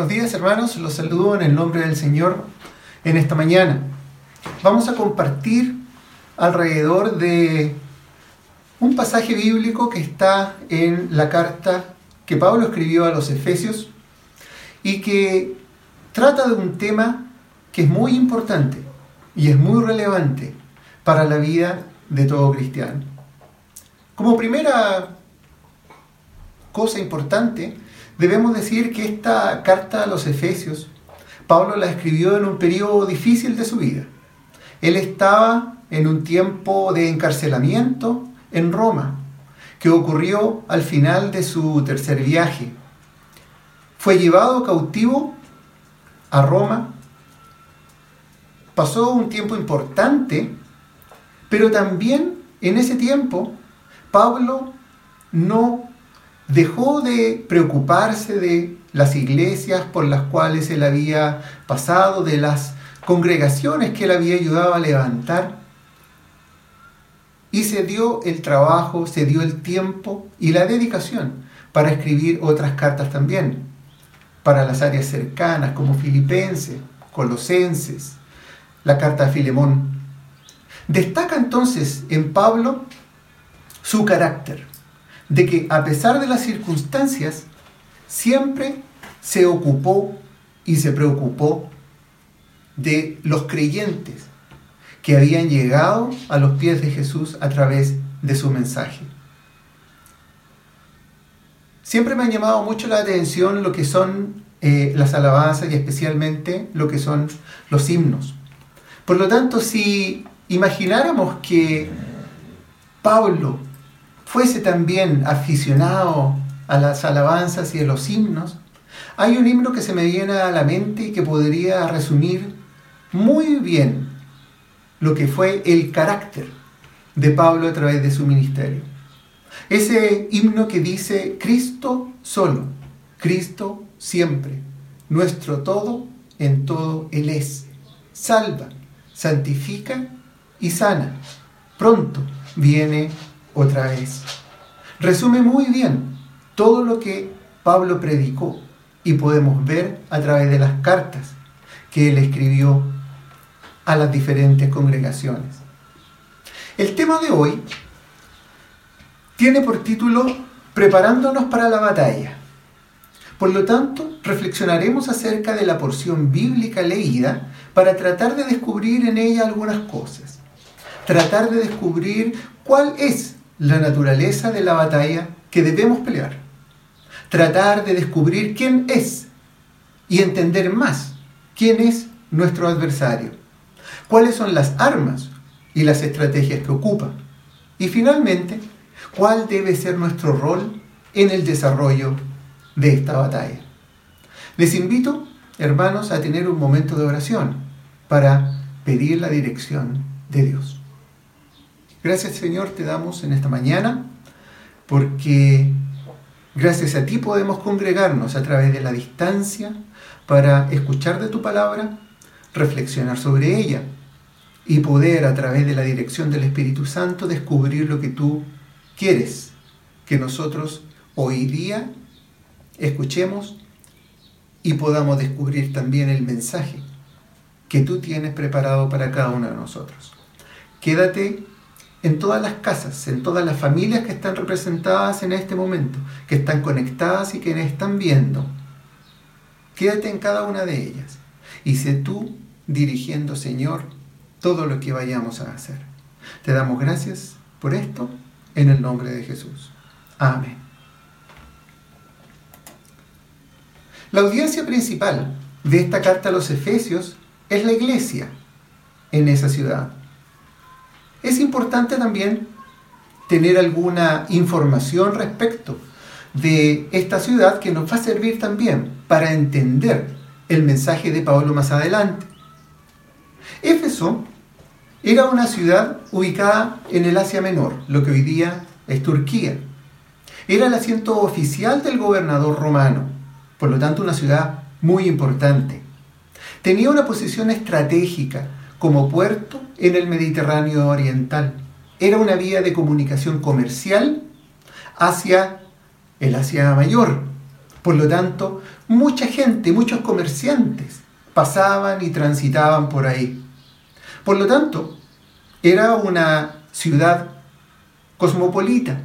Buenos días, hermanos, los saludo en el nombre del Señor en esta mañana. Vamos a compartir alrededor de un pasaje bíblico que está en la carta que Pablo escribió a los Efesios y que trata de un tema que es muy importante y es muy relevante para la vida de todo cristiano. Como primera cosa importante, debemos decir que esta carta a los Efesios, Pablo la escribió en un periodo difícil de su vida. Él estaba en un tiempo de encarcelamiento en Roma, que ocurrió al final de su tercer viaje. Fue llevado cautivo a Roma, pasó un tiempo importante, pero también en ese tiempo Pablo no dejó de preocuparse de las iglesias por las cuales él había pasado, de las congregaciones que él había ayudado a levantar, y se dio el trabajo, se dio el tiempo y la dedicación para escribir otras cartas también, para las áreas cercanas como Filipenses, Colosenses, la carta a Filemón. Destaca entonces en Pablo su carácter, de que a pesar de las circunstancias, siempre se ocupó y se preocupó de los creyentes que habían llegado a los pies de Jesús a través de su mensaje. Siempre me han llamado mucho la atención lo que son las alabanzas y especialmente lo que son los himnos. Por lo tanto, si imagináramos que Pablo fuese también aficionado a las alabanzas y a los himnos, hay un himno que se me viene a la mente y que podría resumir muy bien lo que fue el carácter de Pablo a través de su ministerio. Ese himno que dice: Cristo solo, Cristo siempre, nuestro todo en todo Él es. Salva, santifica y sana. Pronto viene otra vez. Resume muy bien todo lo que Pablo predicó y podemos ver a través de las cartas que él escribió a las diferentes congregaciones. El tema de hoy tiene por título Preparándonos para la batalla. Por lo tanto, reflexionaremos acerca de la porción bíblica leída para tratar de descubrir en ella algunas cosas. Tratar de descubrir cuál es la naturaleza de la batalla que debemos pelear. Tratar de descubrir quién es y entender más quién es nuestro adversario. Cuáles son las armas y las estrategias que ocupa. Y finalmente, cuál debe ser nuestro rol en el desarrollo de esta batalla. Les invito, hermanos, a tener un momento de oración para pedir la dirección de Dios. Gracias, Señor, te damos en esta mañana, porque gracias a ti podemos congregarnos a través de la distancia para escuchar de tu palabra, reflexionar sobre ella y poder, a través de la dirección del Espíritu Santo, descubrir lo que tú quieres que nosotros hoy día escuchemos y podamos descubrir también el mensaje que tú tienes preparado para cada uno de nosotros. Quédate en todas las casas, en todas las familias que están representadas en este momento, que están conectadas y que están viendo. Quédate en cada una de ellas y sé tú dirigiendo, Señor, todo lo que vayamos a hacer. Te damos gracias por esto en el nombre de Jesús. Amén. La audiencia principal de esta carta a los Efesios es la iglesia en esa ciudad. Es importante también tener alguna información respecto de esta ciudad que nos va a servir también para entender el mensaje de Pablo más adelante. Éfeso era una ciudad ubicada en el Asia Menor, lo que hoy día es Turquía. Era el asiento oficial del gobernador romano, por lo tanto una ciudad muy importante. Tenía una posición estratégica como puerto en el Mediterráneo oriental. Era una vía de comunicación comercial hacia el Asia Mayor. Por lo tanto, mucha gente, muchos comerciantes pasaban y transitaban por ahí. Por lo tanto, era una ciudad cosmopolita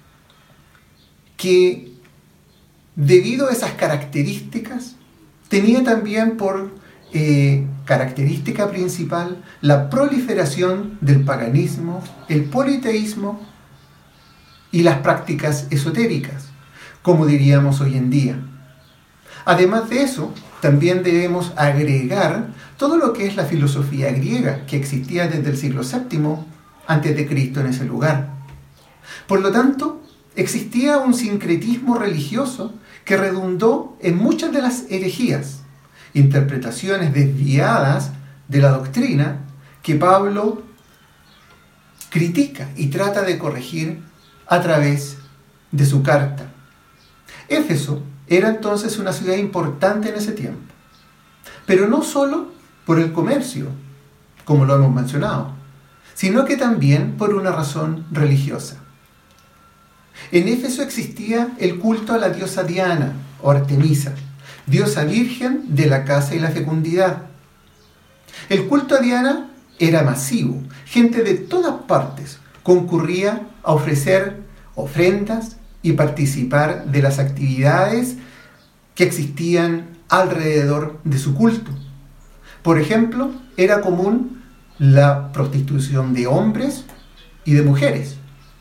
que, debido a esas características, tenía también por característica principal la proliferación del paganismo, el politeísmo y las prácticas esotéricas, como diríamos hoy en día. Además de eso, también debemos agregar todo lo que es la filosofía griega, que existía desde el siglo VII a.C. en ese lugar. Por lo tanto, existía un sincretismo religioso que redundó en muchas de las herejías, interpretaciones desviadas de la doctrina que Pablo critica y trata de corregir a través de su carta. Éfeso era entonces una ciudad importante en ese tiempo, pero no solo por el comercio, como lo hemos mencionado, sino que también por una razón religiosa. En Éfeso existía el culto a la diosa Diana o Artemisa, diosa virgen de la casa y la fecundidad. El culto a Diana era masivo, gente de todas partes concurría a ofrecer ofrendas y participar de las actividades que existían alrededor de su culto. Por ejemplo, era común la prostitución de hombres y de mujeres.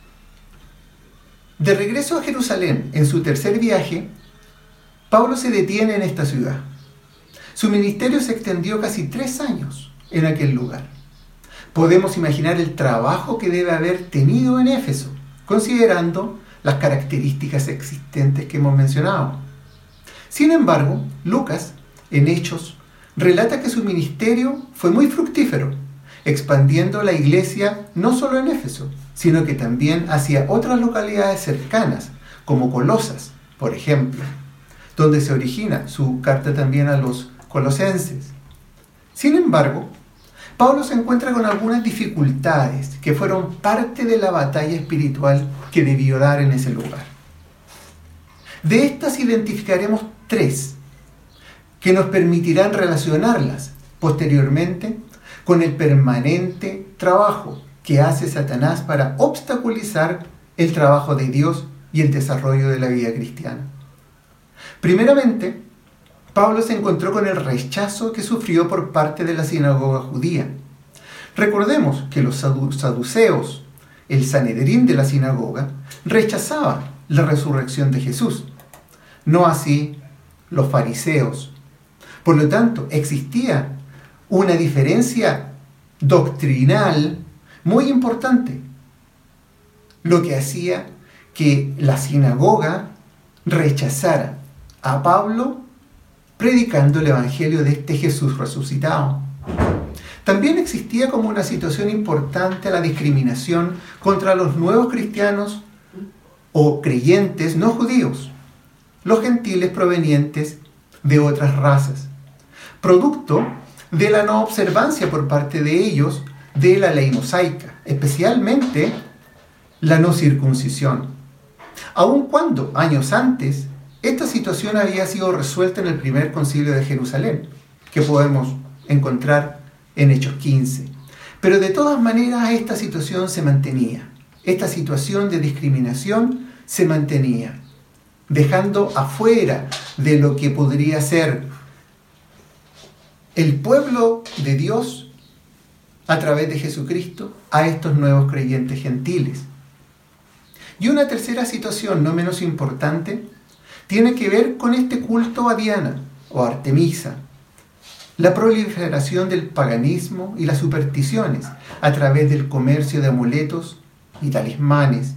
De regreso a Jerusalén, en su tercer viaje, Pablo se detiene en esta ciudad. Su ministerio se extendió casi 3 años en aquel lugar. Podemos imaginar el trabajo que debe haber tenido en Éfeso, considerando las características existentes que hemos mencionado. Sin embargo, Lucas, en Hechos, relata que su ministerio fue muy fructífero, expandiendo la iglesia no solo en Éfeso, sino que también hacia otras localidades cercanas, como Colosas, por ejemplo, donde se origina su carta también a los colosenses. Sin embargo, Pablo se encuentra con algunas dificultades que fueron parte de la batalla espiritual que debió dar en ese lugar. De estas identificaremos 3 que nos permitirán relacionarlas posteriormente con el permanente trabajo que hace Satanás para obstaculizar el trabajo de Dios y el desarrollo de la vida cristiana. Primeramente, Pablo se encontró con el rechazo que sufrió por parte de la sinagoga judía. Recordemos que los saduceos, el Sanedrín de la sinagoga, rechazaban la resurrección de Jesús, no así los fariseos. Por lo tanto, existía una diferencia doctrinal muy importante, lo que hacía que la sinagoga rechazara a Pablo predicando el evangelio de este Jesús resucitado. También existía como una situación importante la discriminación contra los nuevos cristianos o creyentes no judíos, los gentiles provenientes de otras razas, producto de la no observancia por parte de ellos de la ley mosaica, especialmente la no circuncisión. Aun cuando, años antes, esta situación había sido resuelta en el primer concilio de Jerusalén, que podemos encontrar en Hechos 15. Pero de todas maneras esta situación se mantenía. Esta situación de discriminación se mantenía, dejando afuera de lo que podría ser el pueblo de Dios a través de Jesucristo a estos nuevos creyentes gentiles. Y una tercera situación, no menos importante, tiene que ver con este culto a Diana o Artemisa, la proliferación del paganismo y las supersticiones a través del comercio de amuletos y talismanes.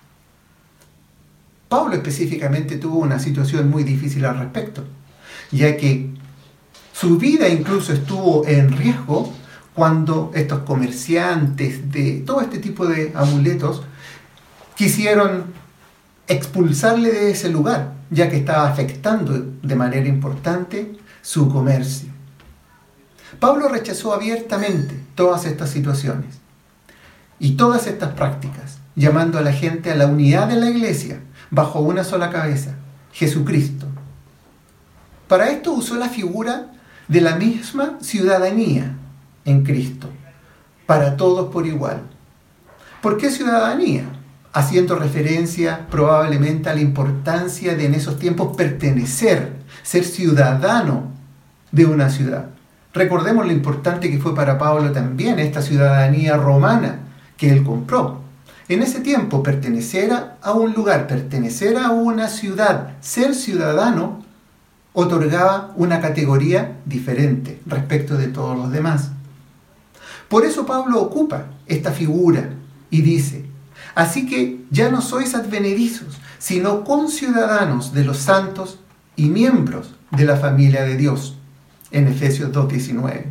Pablo específicamente tuvo una situación muy difícil al respecto, ya que su vida incluso estuvo en riesgo cuando estos comerciantes de todo este tipo de amuletos quisieron expulsarle de ese lugar, ya que estaba afectando de manera importante su comercio. Pablo rechazó abiertamente todas estas situaciones y todas estas prácticas, llamando a la gente a la unidad de la iglesia bajo una sola cabeza, Jesucristo. Para esto usó la figura de la misma ciudadanía en Cristo, para todos por igual. ¿Por qué ciudadanía? Haciendo referencia probablemente a la importancia de en esos tiempos pertenecer, ser ciudadano de una ciudad. Recordemos lo importante que fue para Pablo también esta ciudadanía romana que él compró. En ese tiempo, pertenecer a un lugar, pertenecer a una ciudad, ser ciudadano, otorgaba una categoría diferente respecto de todos los demás. Por eso Pablo ocupa esta figura y dice: así que ya no sois advenedizos, sino conciudadanos de los santos y miembros de la familia de Dios. En Efesios 2:19.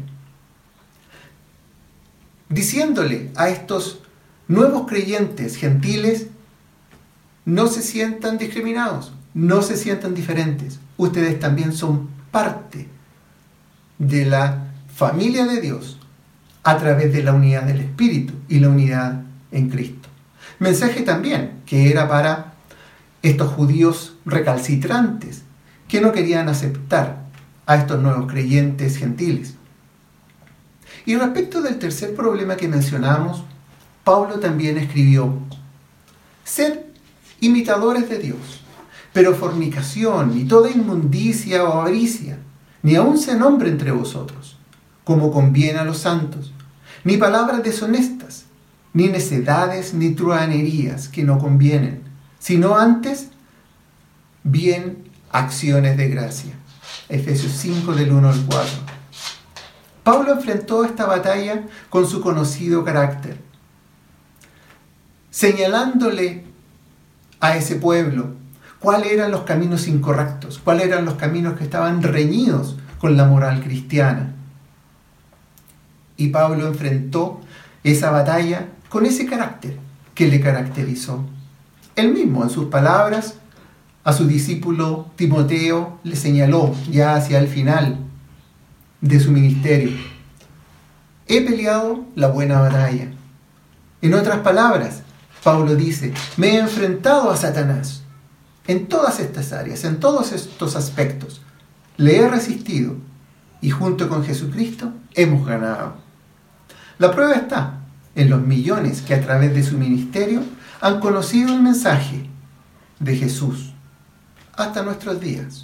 Diciéndole a estos nuevos creyentes gentiles: no se sientan discriminados, no se sientan diferentes. Ustedes también son parte de la familia de Dios a través de la unidad del Espíritu y la unidad en Cristo. Mensaje también que era para estos judíos recalcitrantes que no querían aceptar a estos nuevos creyentes gentiles. Y respecto del tercer problema que mencionamos, Pablo también escribió: sed imitadores de Dios, pero fornicación y toda inmundicia o avaricia, ni aun se nombre entre vosotros, como conviene a los santos, ni palabras deshonestas, ni necedades, ni truhanerías que no convienen, sino antes bien acciones de gracia. Efesios 5 del 1 al 4. Pablo enfrentó esta batalla con su conocido carácter, señalándole a ese pueblo cuáles eran los caminos incorrectos, cuáles eran los caminos que estaban reñidos con la moral cristiana. Y Pablo enfrentó esa batalla con ese carácter que le caracterizó. Él mismo, en sus palabras, a su discípulo Timoteo le señaló ya hacia el final de su ministerio: he peleado la buena batalla. En otras palabras, Pablo dice: me he enfrentado a Satanás en todas estas áreas, en todos estos aspectos. Le he resistido y junto con Jesucristo hemos ganado. La prueba está en los millones que a través de su ministerio han conocido el mensaje de Jesús hasta nuestros días.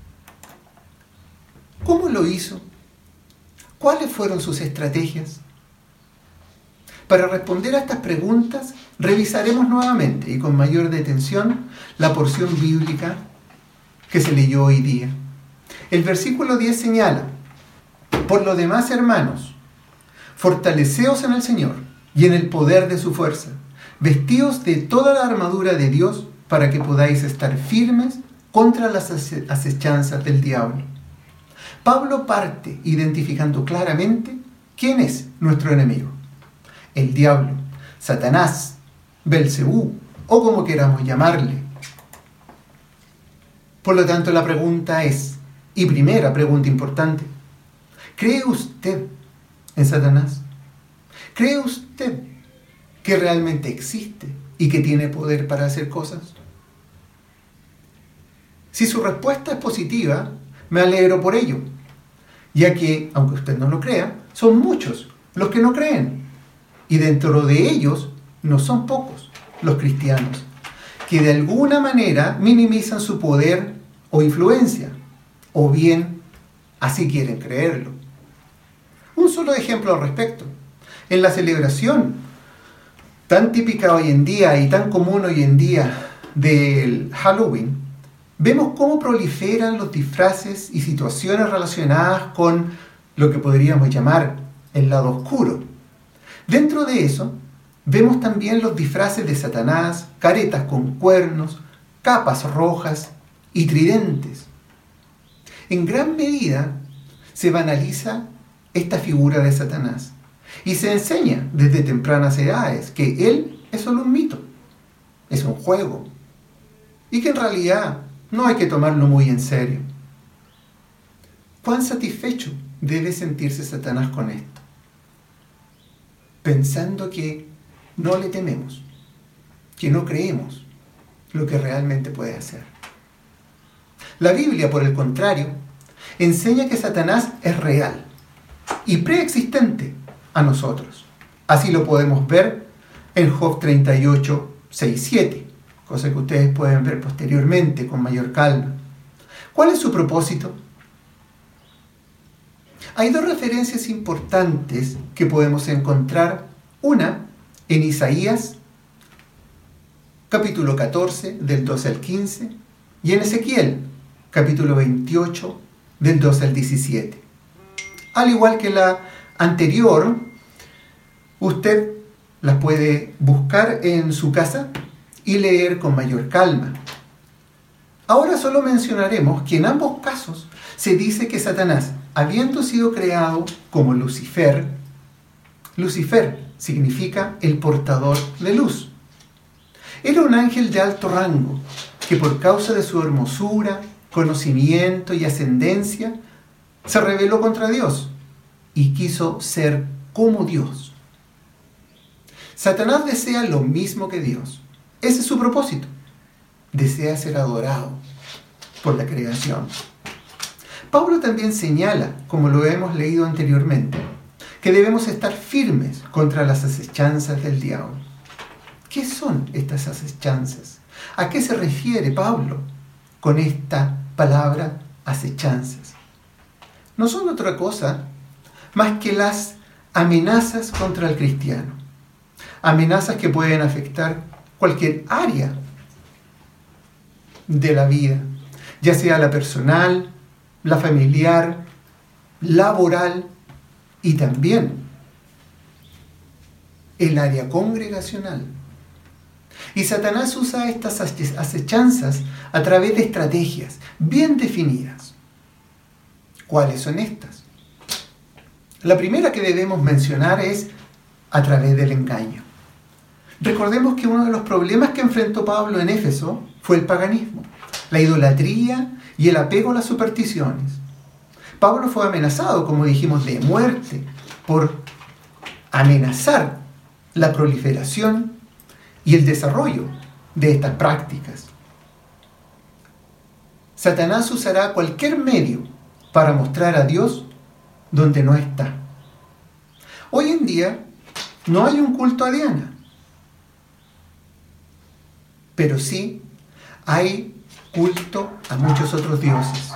¿Cómo lo hizo? ¿Cuáles fueron sus estrategias? Para responder a estas preguntas, revisaremos nuevamente y con mayor detención la porción bíblica que se leyó hoy día. El versículo 10 señala: por lo demás, hermanos, fortaleceos en el Señor y en el poder de su fuerza, vestíos de toda la armadura de Dios para que podáis estar firmes contra las acechanzas del diablo. Pablo parte identificando claramente quién es nuestro enemigo: el diablo, Satanás, Belcebú, o como queramos llamarle. Por lo tanto, la pregunta es, y primera pregunta importante: ¿cree usted en Satanás? ¿Cree usted que realmente existe y que tiene poder para hacer cosas? Si su respuesta es positiva, me alegro por ello, ya que, aunque usted no lo crea, son muchos los que no creen, y dentro de ellos no son pocos los cristianos, que de alguna manera minimizan su poder o influencia, o bien así quieren creerlo. Un solo ejemplo al respecto: en la celebración tan típica hoy en día y tan común hoy en día del Halloween, vemos cómo proliferan los disfraces y situaciones relacionadas con lo que podríamos llamar el lado oscuro. Dentro de eso, vemos también los disfraces de Satanás, caretas con cuernos, capas rojas y tridentes. En gran medida se banaliza esta figura de Satanás y se enseña desde tempranas edades que él es solo un mito, es un juego, y que en realidad no hay que tomarlo muy en serio. ¿Cuán satisfecho debe sentirse Satanás con esto? Pensando que no le tememos, que no creemos lo que realmente puede hacer. La Biblia, por el contrario, enseña que Satanás es real y preexistente a nosotros. Así lo podemos ver en Job 38, 6, 7, cosa que ustedes pueden ver posteriormente con mayor calma. ¿Cuál es su propósito? Hay dos referencias importantes que podemos encontrar. Una en Isaías, capítulo 14, del 12 al 15, y en Ezequiel, capítulo 28, del 12 al 17. Al igual que la anterior, usted las puede buscar en su casa y leer con mayor calma. Ahora solo mencionaremos que en ambos casos se dice que Satanás, habiendo sido creado como Lucifer, Lucifer significa el portador de luz. Era un ángel de alto rango que por causa de su hermosura, conocimiento y ascendencia se rebeló contra Dios y quiso ser como Dios. Satanás desea lo mismo que Dios. Ese es su propósito. Desea ser adorado por la creación. Pablo también señala, como lo hemos leído anteriormente, que debemos estar firmes contra las acechanzas del diablo. ¿Qué son estas acechanzas? ¿A qué se refiere Pablo con esta palabra acechanzas? No son otra cosa más que las amenazas contra el cristiano. Amenazas que pueden afectar cualquier área de la vida, ya sea la personal, la familiar, laboral y también el área congregacional. Y Satanás usa estas acechanzas a través de estrategias bien definidas. ¿Cuáles son estas? La primera que debemos mencionar es a través del engaño. Recordemos que uno de los problemas que enfrentó Pablo en Éfeso fue el paganismo, la idolatría y el apego a las supersticiones. Pablo fue amenazado, como dijimos, de muerte por amenazar la proliferación y el desarrollo de estas prácticas. Satanás usará cualquier medio para mostrar a Dios donde no está. Hoy en día no hay un culto a Diana, pero sí hay culto a muchos otros dioses.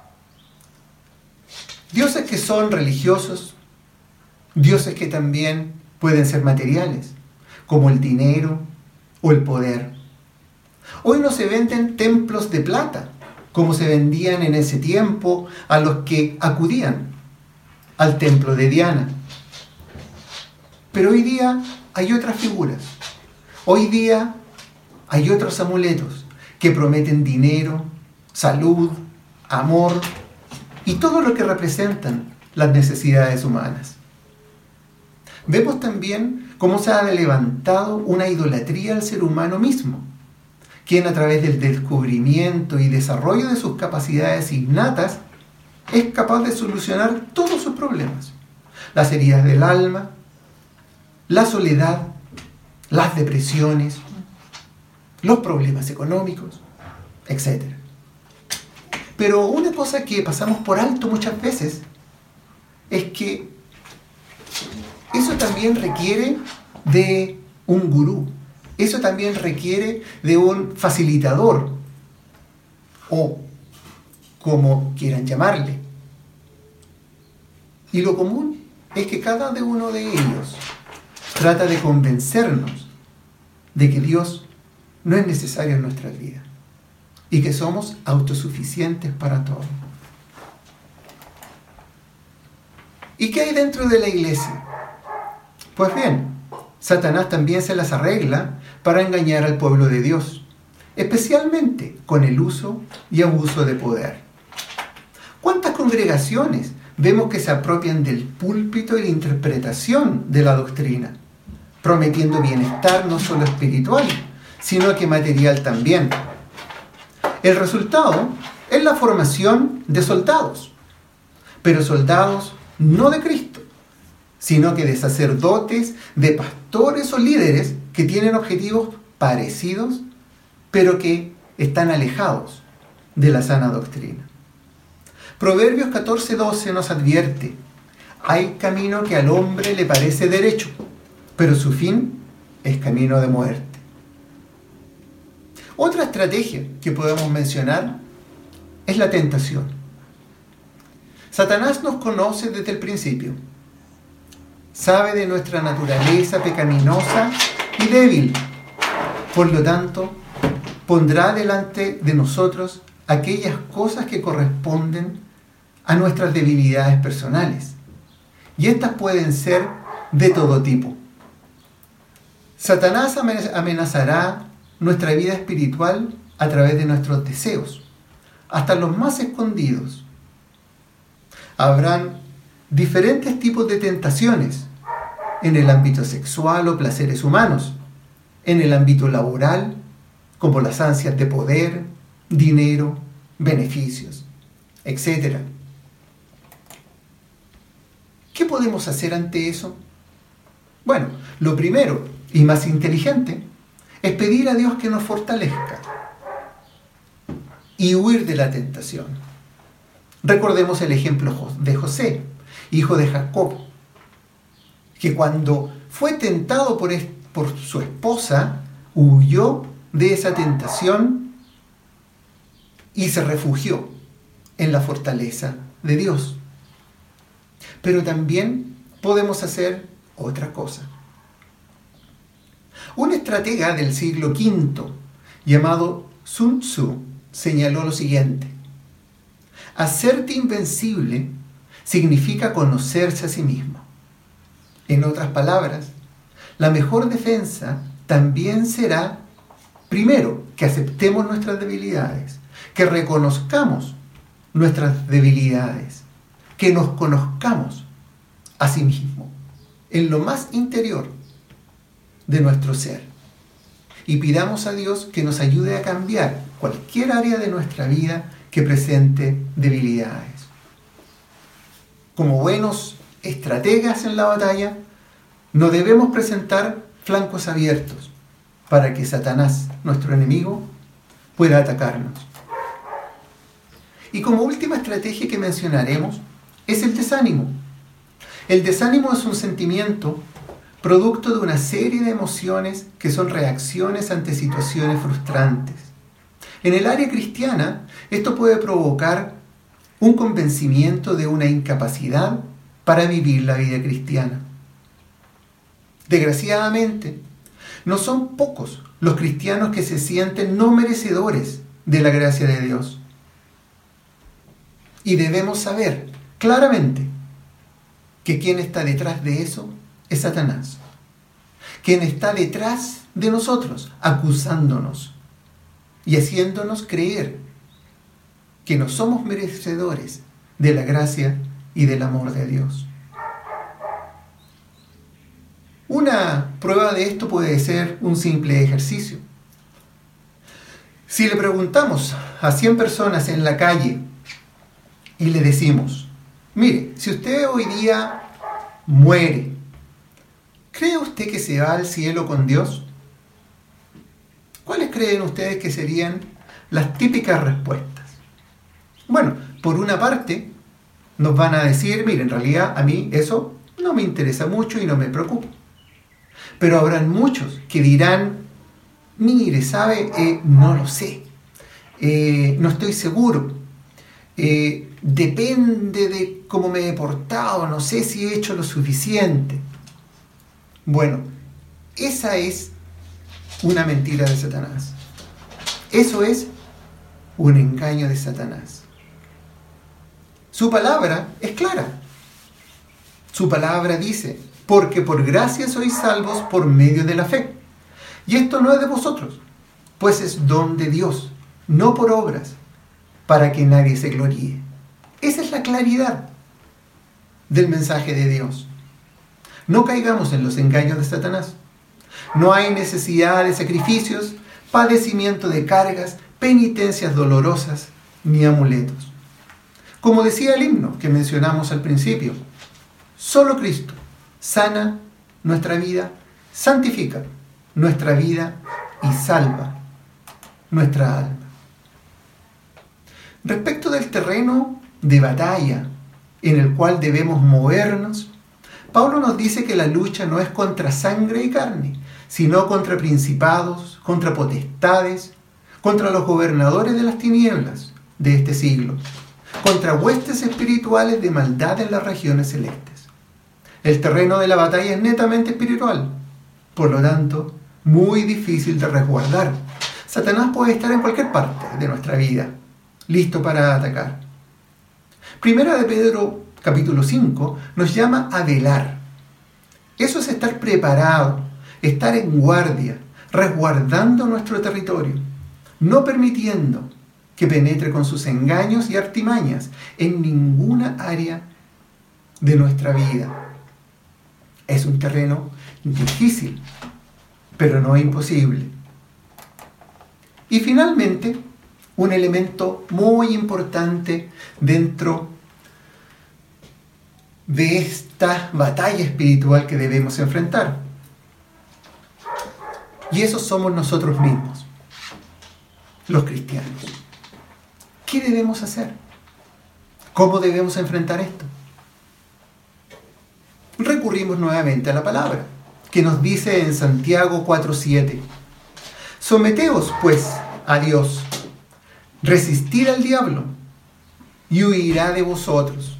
Dioses que son religiosos, dioses que también pueden ser materiales, como el dinero o el poder. Hoy no se venden templos de plata, como se vendían en ese tiempo a los que acudían al templo de Diana. Pero hoy día hay otras figuras. Hoy día hay otros amuletos que prometen dinero, salud, amor y todo lo que representan las necesidades humanas. Vemos también cómo se ha levantado una idolatría al ser humano mismo, quien a través del descubrimiento y desarrollo de sus capacidades innatas es capaz de solucionar todos sus problemas. Las heridas del alma, la soledad, las depresiones, los problemas económicos, etc. Pero una cosa que pasamos por alto muchas veces es que eso también requiere de un gurú. Eso también requiere de un facilitador, o como quieran llamarle. Y lo común es que cada uno de ellos trata de convencernos de que Dios no es necesario en nuestras vidas y que somos autosuficientes para todo. ¿Y qué hay dentro de la iglesia? Pues bien, Satanás también se las arregla para engañar al pueblo de Dios, especialmente con el uso y abuso de poder. ¿Cuántas congregaciones vemos que se apropian del púlpito y la interpretación de la doctrina, prometiendo bienestar no solo espiritual, sino que material también? El resultado es la formación de soldados, pero soldados no de Cristo, sino que de sacerdotes, de pastores o líderes que tienen objetivos parecidos, pero que están alejados de la sana doctrina. Proverbios 14:12 nos advierte: hay camino que al hombre le parece derecho, pero su fin es camino de muerte. Otra estrategia que podemos mencionar es la tentación. Satanás nos conoce desde el principio. Sabe de nuestra naturaleza pecaminosa y débil. Por lo tanto, pondrá delante de nosotros aquellas cosas que corresponden a nuestras debilidades personales. Y estas pueden ser de todo tipo. Satanás amenazará nuestra vida espiritual a través de nuestros deseos, hasta los más escondidos. Habrán diferentes tipos de tentaciones en el ámbito sexual o placeres humanos, en el ámbito laboral, como las ansias de poder, dinero, beneficios, etc. ¿Qué podemos hacer ante eso? Bueno, lo primero y más inteligente es pedir a Dios que nos fortalezca y huir de la tentación. Recordemos el ejemplo de José, hijo de Jacob, que cuando fue tentado por su esposa, huyó de esa tentación y se refugió en la fortaleza de Dios. Pero también podemos hacer otra cosa. Un estratega del siglo V, llamado Sun Tzu, señaló lo siguiente: hacerte invencible significa conocerse a sí mismo. En otras palabras, la mejor defensa también será, primero, que aceptemos nuestras debilidades, que reconozcamos nuestras debilidades, que nos conozcamos a sí mismo, en lo más interior de nuestro ser. Y pidamos a Dios que nos ayude a cambiar cualquier área de nuestra vida que presente debilidades. Como buenos estrategas en la batalla, no debemos presentar flancos abiertos para que Satanás, nuestro enemigo, pueda atacarnos. Y como última estrategia que mencionaremos es el desánimo. El desánimo es un sentimiento producto de una serie de emociones que son reacciones ante situaciones frustrantes. En el área cristiana, esto puede provocar un convencimiento de una incapacidad para vivir la vida cristiana. Desgraciadamente, no son pocos los cristianos que se sienten no merecedores de la gracia de Dios. Y debemos saber claramente que quien está detrás de eso es Satanás. Quien está detrás de nosotros, acusándonos y haciéndonos creer que no somos merecedores de la gracia y del amor de Dios. Una prueba de esto puede ser un simple ejercicio. Si le preguntamos a 100 personas en la calle y le decimos: mire, si usted hoy día muere, ¿cree usted que se va al cielo con Dios? ¿Cuáles creen ustedes que serían las típicas respuestas? Bueno, por una parte, nos van a decir: mire, en realidad a mí eso no me interesa mucho y no me preocupa. Pero habrán muchos que dirán: mire, ¿sabe? No lo sé. No estoy seguro. Depende de cómo me he portado. No sé si he hecho lo suficiente. Bueno, esa es una mentira de Satanás. Eso es un engaño de Satanás. Su palabra es clara. Su palabra dice: porque por gracia sois salvos por medio de la fe. Y esto no es de vosotros, pues es don de Dios, no por obras, para que nadie se gloríe. Esa es la claridad del mensaje de Dios. No caigamos en los engaños de Satanás. No hay necesidad de sacrificios, padecimiento de cargas, penitencias dolorosas, ni amuletos. Como decía el himno que mencionamos al principio, solo Cristo sana nuestra vida, santifica nuestra vida y salva nuestra alma. Respecto del terreno de batalla en el cual debemos movernos, Pablo nos dice que la lucha no es contra sangre y carne, sino contra principados, contra potestades, contra los gobernadores de las tinieblas de este siglo, contra huestes espirituales de maldad en las regiones celestes. El terreno de la batalla es netamente espiritual, por lo tanto, muy difícil de resguardar. Satanás puede estar en cualquier parte de nuestra vida, listo para atacar. Primera de Pedro, capítulo 5, nos llama a velar. Eso es estar preparado, estar en guardia, resguardando nuestro territorio, no permitiendo que penetre con sus engaños y artimañas en ninguna área de nuestra vida. Es un terreno difícil, pero no imposible. Y finalmente, un elemento muy importante dentro de esta batalla espiritual que debemos enfrentar. Y eso somos nosotros mismos, los cristianos. ¿Qué debemos hacer? ¿Cómo debemos enfrentar esto? Recurrimos nuevamente a la palabra, que nos dice en Santiago 4:7: someteos, pues, a Dios, resistid al diablo, y huirá de vosotros.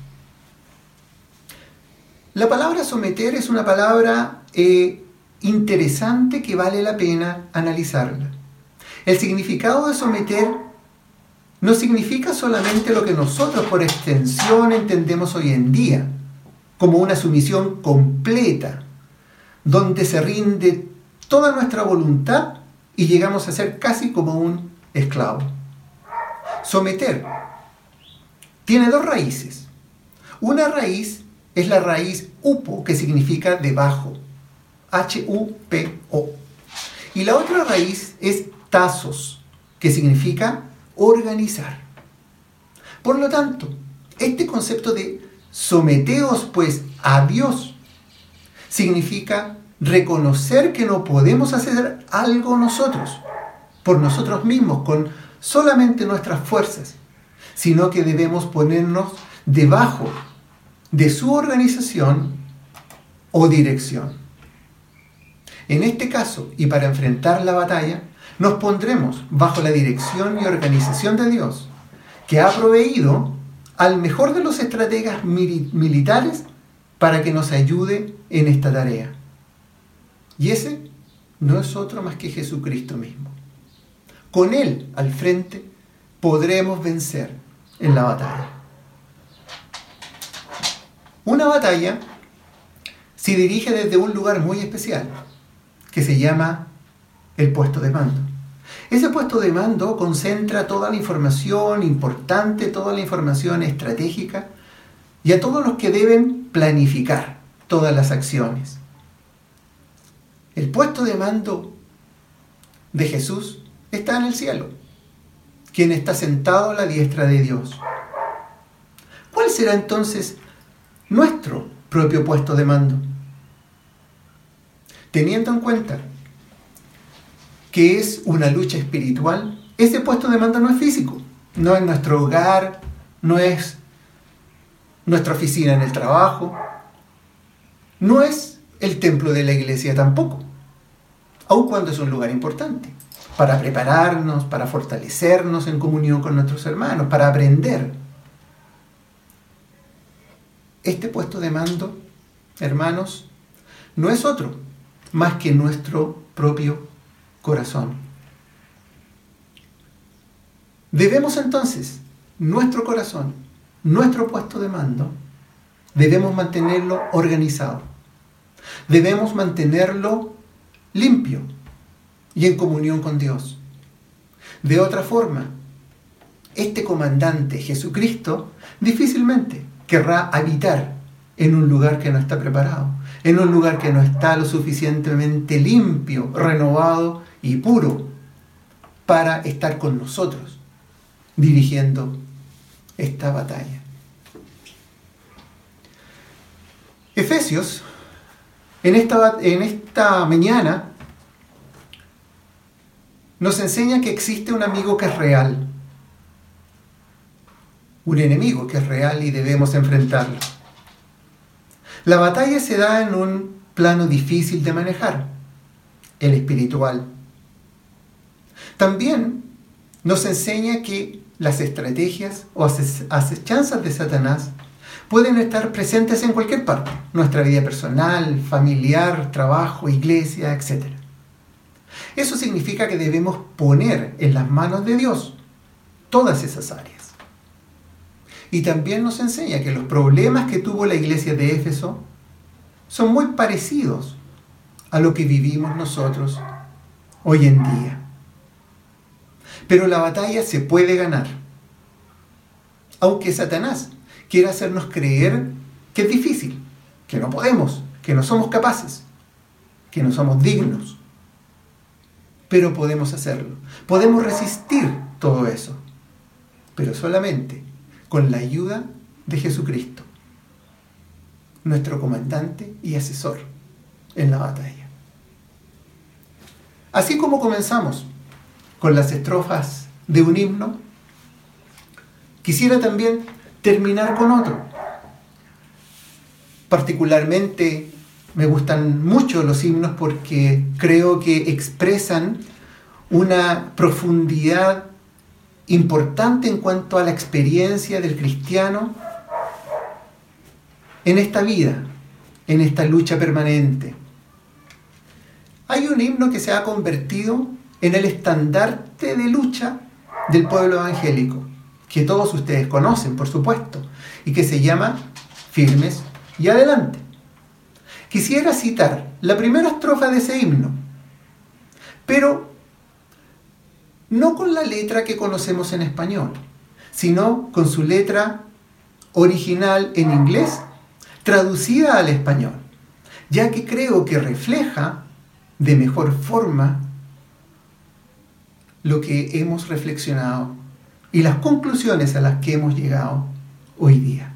La palabra someter es una palabra interesante que vale la pena analizarla. El significado de someter no significa solamente lo que nosotros por extensión entendemos hoy en día, como una sumisión completa, donde se rinde toda nuestra voluntad y llegamos a ser casi como un esclavo. Someter tiene dos raíces. Una raíz es la raíz upo, que significa debajo, H-U-P-O. Y la otra raíz es tasos, que significa organizar. Por lo tanto, este concepto de someteos pues a Dios significa reconocer que no podemos hacer algo nosotros, por nosotros mismos, con solamente nuestras fuerzas, sino que debemos ponernos debajo de su organización o dirección. En este caso, y para enfrentar la batalla, nos pondremos bajo la dirección y organización de Dios, que ha proveído al mejor de los estrategas militares para que nos ayude en esta tarea. Y ese no es otro más que Jesucristo mismo. Con Él al frente podremos vencer en la batalla. Una batalla se dirige desde un lugar muy especial, que se llama el puesto de mando. Ese puesto de mando concentra toda la información importante, toda la información estratégica y a todos los que deben planificar todas las acciones. El puesto de mando de Jesús está en el cielo, quien está sentado a la diestra de Dios. ¿Cuál será entonces nuestro propio puesto de mando? Teniendo en cuenta que es una lucha espiritual, ese puesto de mando no es físico, no es nuestro hogar, no es nuestra oficina en el trabajo, no es el templo de la iglesia tampoco, aun cuando es un lugar importante, para prepararnos, para fortalecernos en comunión con nuestros hermanos, para aprender. Este puesto de mando, hermanos, no es otro más que nuestro propio corazón. Debemos entonces, nuestro corazón, nuestro puesto de mando, debemos mantenerlo organizado. Debemos mantenerlo limpio y en comunión con Dios. De otra forma, este comandante Jesucristo difícilmente querrá habitar en un lugar que no está preparado, en un lugar que no está lo suficientemente limpio, renovado y puro para estar con nosotros dirigiendo esta batalla. Efesios, en esta mañana, nos enseña que existe un amigo que es real. un enemigo que es real y debemos enfrentarlo. La batalla se da en un plano difícil de manejar, el espiritual. También nos enseña que las estrategias o acechanzas de Satanás pueden estar presentes en cualquier parte, nuestra vida personal, familiar, trabajo, iglesia, etc. Eso significa que debemos poner en las manos de Dios todas esas áreas. Y también nos enseña que los problemas que tuvo la iglesia de Éfeso son muy parecidos a lo que vivimos nosotros hoy en día. Pero la batalla se puede ganar. Aunque Satanás quiera hacernos creer que es difícil, que no podemos, que no somos capaces, que no somos dignos. Pero podemos hacerlo. Podemos resistir todo eso. Pero solamente con la ayuda de Jesucristo, nuestro comandante y asesor en la batalla. Así como comenzamos con las estrofas de un himno, quisiera también terminar con otro. Particularmente me gustan mucho los himnos porque creo que expresan una profundidad importante en cuanto a la experiencia del cristiano en esta vida, en esta lucha permanente. Hay un himno que se ha convertido en el estandarte de lucha del pueblo evangélico, que todos ustedes conocen, por supuesto, y que se llama Firmes y Adelante. Quisiera citar la primera estrofa de ese himno, pero no con la letra que conocemos en español, sino con su letra original en inglés, traducida al español, ya que creo que refleja de mejor forma lo que hemos reflexionado y las conclusiones a las que hemos llegado hoy día.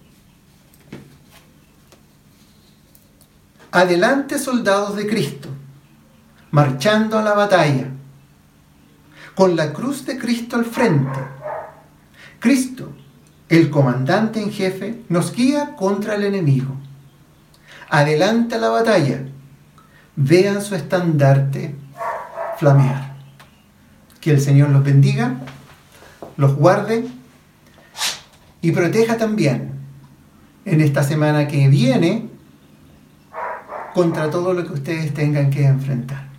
Adelante, soldados de Cristo, marchando a la batalla, con la cruz de Cristo al frente. Cristo, el comandante en jefe, nos guía contra el enemigo. Adelante a la batalla, vean su estandarte flamear. Que el Señor los bendiga, los guarde y proteja también en esta semana que viene contra todo lo que ustedes tengan que enfrentar.